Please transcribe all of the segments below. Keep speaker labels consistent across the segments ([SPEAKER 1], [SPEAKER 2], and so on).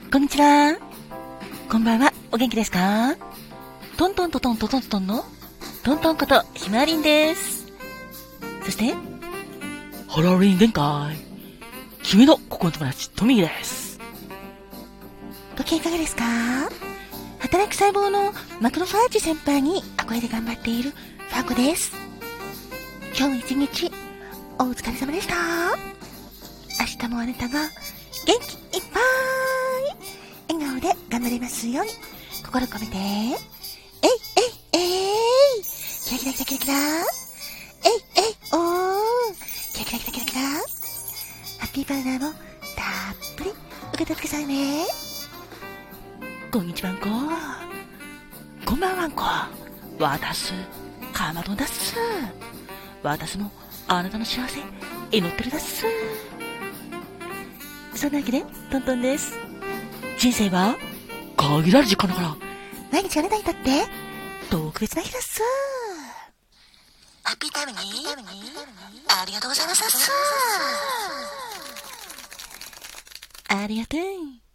[SPEAKER 1] こんにちは。こんばんは。お元気ですか？トントントトントトントトンのトントンことひまわりんです。そしてハロウィン限界、君のここの友達トミーです。ご機嫌いかがですか？働く細胞のマクロファージ先輩に憧れで頑張っているファーコです。今日も一日お疲れ様でした。明日もあなたが元気いっぱい笑顔で頑張れますように心込めて、えいえいえい、キラキラキラキラキラ、えいえいおー、キラキラキラキラキラ、ハッピーパウダーもたっぷり受け取ってくださいね。こんにちはんこ、こんばんはんこ、私かまどんだっす。私もあなたの幸せ祈ってるだっす。そんなわけでトントンです。人生は限られる時間だから毎日あなたにとって特別な日だっす。ハッピータイムにありがとうございますっす。ありがとう。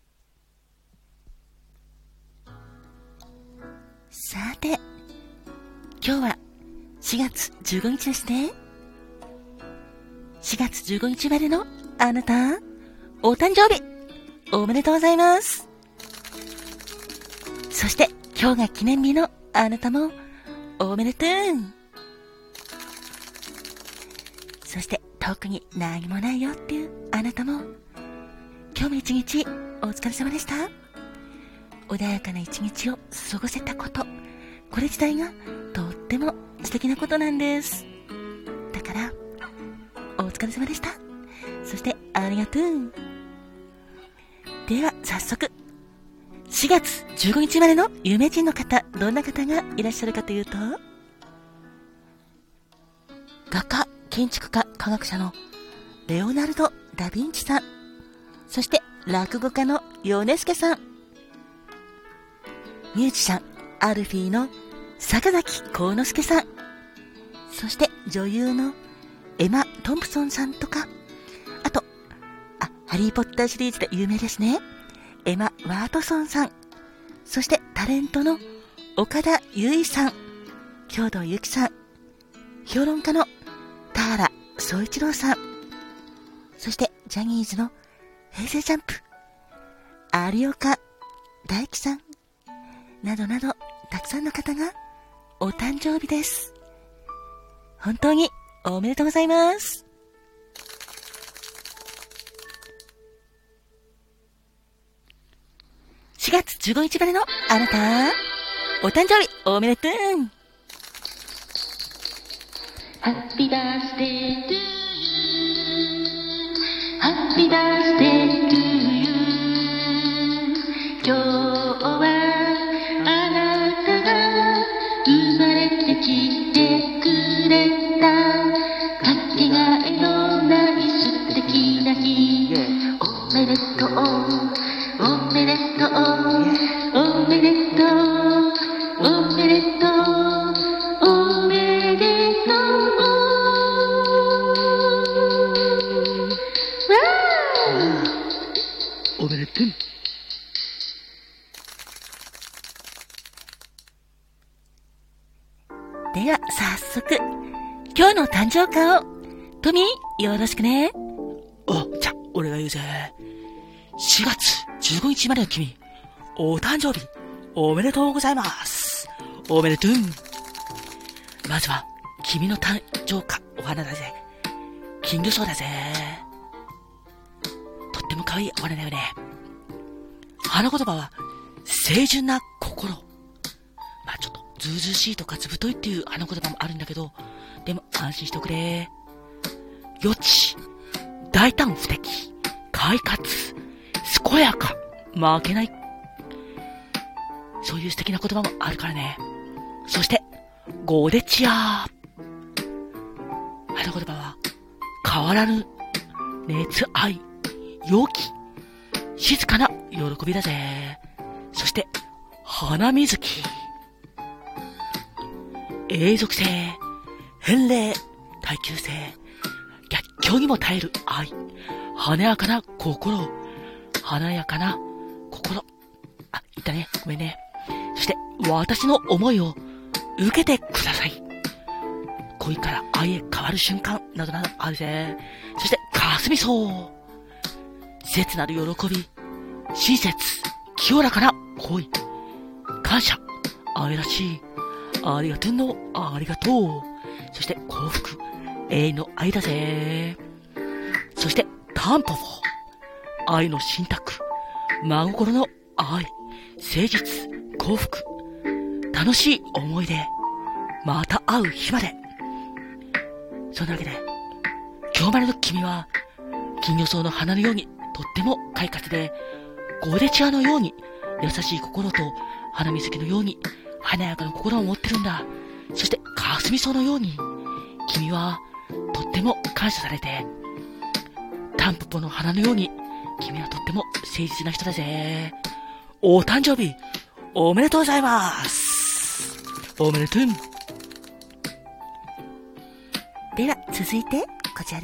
[SPEAKER 1] さて今日は4月15日ですね。4月15日までのあなたお誕生日おめでとうございます。そして今日が記念日のあなたもおめでとう。そして特に何もないよっていうあなたも今日も一日お疲れ様でした。穏やかな一日を過ごせたこと、これ自体がとっても素敵なことなんです。だからお疲れ様でした。そしてありがとう。では早速4月15日までの有名人の方、どんな方がいらっしゃるかというと、画家、建築家、科学者のレオナルド・ダ・ヴィンチさん、そして落語家の米助さん、ミュージシャンアルフィーの坂崎幸之助さん、そして女優のエマ・トンプソンさんとか、あとハリーポッターシリーズで有名ですね、エマ・ワートソンさん、そしてタレントの岡田結実さん、兵藤由紀さん、評論家の田原総一郎さん、そしてジャニーズの平成ジャンプ有岡大貴さんなどなど、たくさんの方がお誕生日です。本当におめでとうございます。4月15日までのあなたお誕生日おめでとう。
[SPEAKER 2] ハッピーバースデートゥーユー、ハッピーバースデートゥーユー、今日はあなたが生まれてきてくれた、かけがえのない素敵な日、おめでとうおめでとうおめでとうおめでとうおめでとう、
[SPEAKER 1] おめでとう。では早速今日の誕生花をトミーよろしくね。じゃ俺が言うぜ。4月15日までの君お誕生日おめでとうございます。おめでとう。まずは君の誕生花お花だぜ。金魚草だぜ。とっても可愛いお花だよね。花言葉は清純な心。ちょっとずうずうしいとかずぶといっていう花言葉もあるんだけど、でも安心しておくれ。余地、大胆不敵、快活、健やか、負けない。そういう素敵な言葉もあるからね。そしてゴーデチアー。花言葉は変わらぬ熱愛、陽気、静かな喜びだぜ。そして花水木、永続性、返礼、耐久性、逆境にも耐える愛、華やかな心、華やかな心。言ったね。ごめんね。そして、私の思いを受けてください。恋から愛へ変わる瞬間、などなどあるぜ。そして、霞そう。切なる喜び、親切、清らかな恋、感謝、愛らしい、ありがとうのありがとう。そして幸福、永遠の愛だぜ。そしてタンポポ、愛の信託、真心の愛、誠実、幸福、楽しい思い出、また会う日まで。そんなわけで、今日までの君は金魚草の花のようにとっても快活で、ゴーデチアのように優しい心と花水木のように華やかな心を持ってるんだ。そして霞草のように君はとっても感謝されて、タンポポの花のように君はとっても誠実な人だぜ。お誕生日おめでとうございます。おめでとう。
[SPEAKER 3] では続いてこちらです。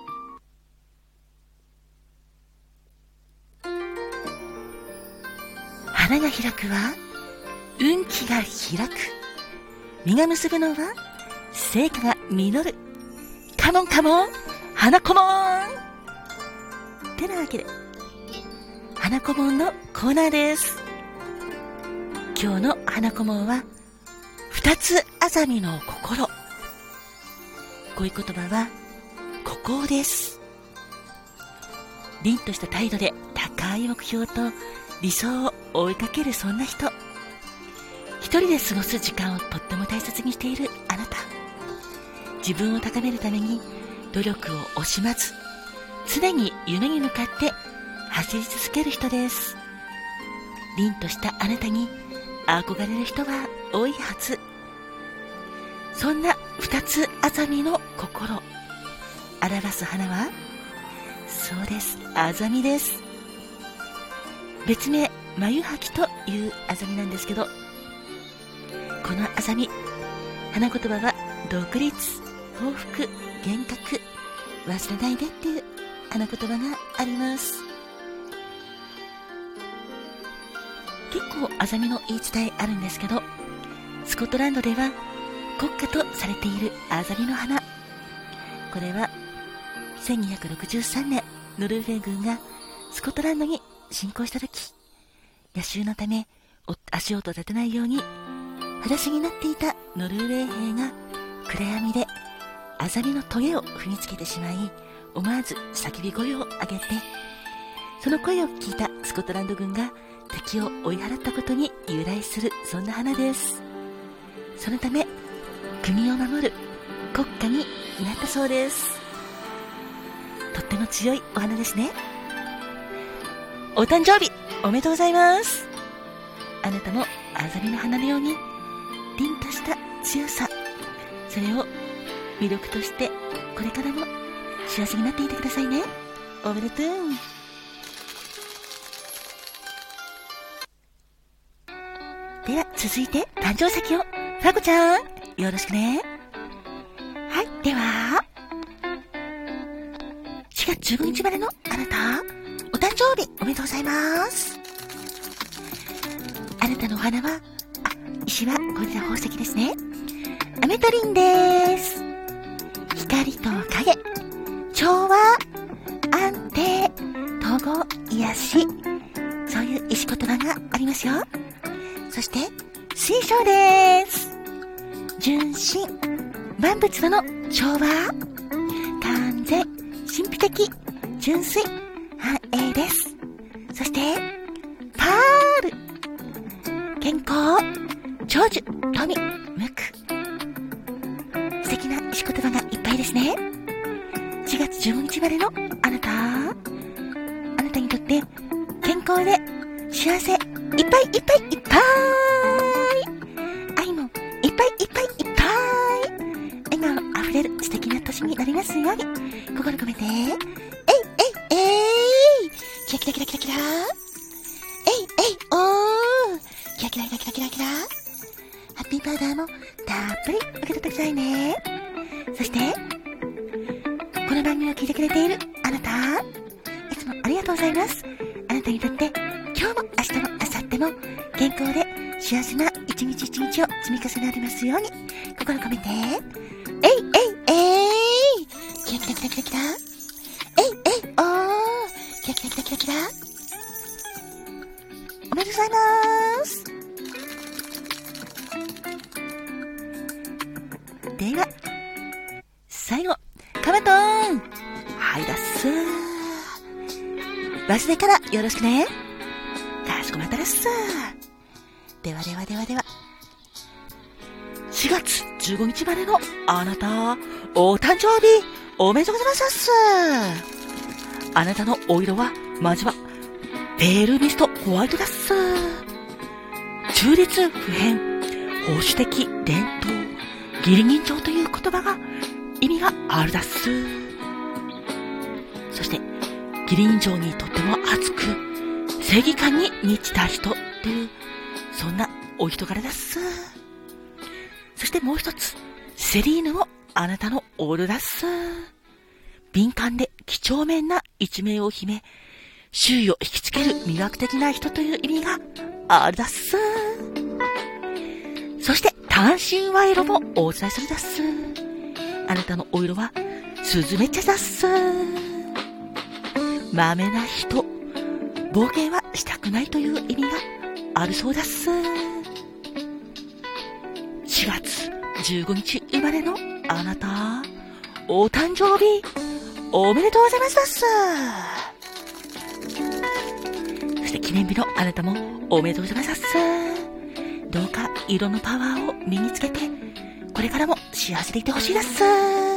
[SPEAKER 3] 花が開くは運気が開く。実が結ぶのは成果が実る。カモンカモン花コモン。てなわけで花コモンのコーナーです。今日の花コモンは二つあざみの心。恋言葉は孤高です。凛とした態度で高い目標と理想を追いかける、そんな人。一人で過ごす時間をとっても大切にしているあなた。自分を高めるために努力を惜しまず、常に夢に向かって走り続ける人です。凛としたあなたに憧れる人は多いはず。そんな二つあざみの心、表す花は、そうです、あざみです。別名眉吐きというあざみなんですけど、このあざみ、花言葉は独立、幸福、幻覚、忘れないでっていう花言葉があります。結構あざみの言い伝えあるんですけど、スコットランドでは国花とされているアザミの花。これは1263年ノルウェー軍がスコットランドに侵攻した時、野襲のため足音を立てないように裸足になっていたノルウェー兵が暗闇でアザミのトゲを踏みつけてしまい、思わず叫び声を上げて、その声を聞いたスコットランド軍が敵を追い払ったことに由来する、そんな花です。そのため国を守る国花になったそうです。とっても強いお花ですね。お誕生日おめでとうございます。あなたもアザミの花のように凛とした強さ、それを魅力としてこれからも幸せになっていてくださいね。おめでとう。では続いて誕生石をファコちゃんよろしくね。はい、では4月15日までのあなた、お誕生日おめでとうございます。あなたのお花は、石はゴリラ宝石ですね。アメトリンです。光と影、調和、安定、統合、癒し、そういう石言葉がありますよ。そして水晶です。純真、万物との調和、完全、神秘的、純粋、繁栄です。そしてパール、健康、長寿、富、無垢、素敵な石言葉がいっぱいですね。4月15日までのあなたにとって健康で幸せいっぱいいっぱいいっぱい、愛もいっぱいいっぱいいっぱい、笑顔あふれる素敵な年になりますように心込めて、えいキラキラキラキラキラ、えいおー、キラキラキラキラキラキラ、ハッピーパウダーもたっぷり受け取ってくださいね。そしてこの番組を聞いてくれているあなた、いつもありがとうございます。あなたにとって今今日も明日も明後日も健康で幸せな一日一日を積み重ねられますように心込めて、えいキラキラキラキラキラ、おーキラキラキラキラキラ、おめでとうございます。では最後カマトン、はいだっす。バースデーからよろしくね。かしこまったらっす。では4月15日までのあなた、お誕生日おめでとうございます。あなたのお色はまずはペールミストホワイトだっす。中立不変、保守的伝統、義理人情という言葉が意味があるだっす。そして義理人情にとっても熱く正義感に満ちた人という、そんなお人柄だっす。そしてもう一つ、セリーヌもあなたのオールだっす。敏感で几帳面な一面を秘め、周囲を引きつける魅惑的な人という意味があるだっす。そして単身和色もお伝えするだっす。あなたのお色はスズメ茶だっす。まめな人、冒険はしたくないという意味があるそうだっす。4月15日生まれのあなた、お誕生日おめでとうございますだっす。そして記念日のあなたもおめでとうございますだっす。どうか色のパワーを身につけて、これからも幸せでいてほしいだっす。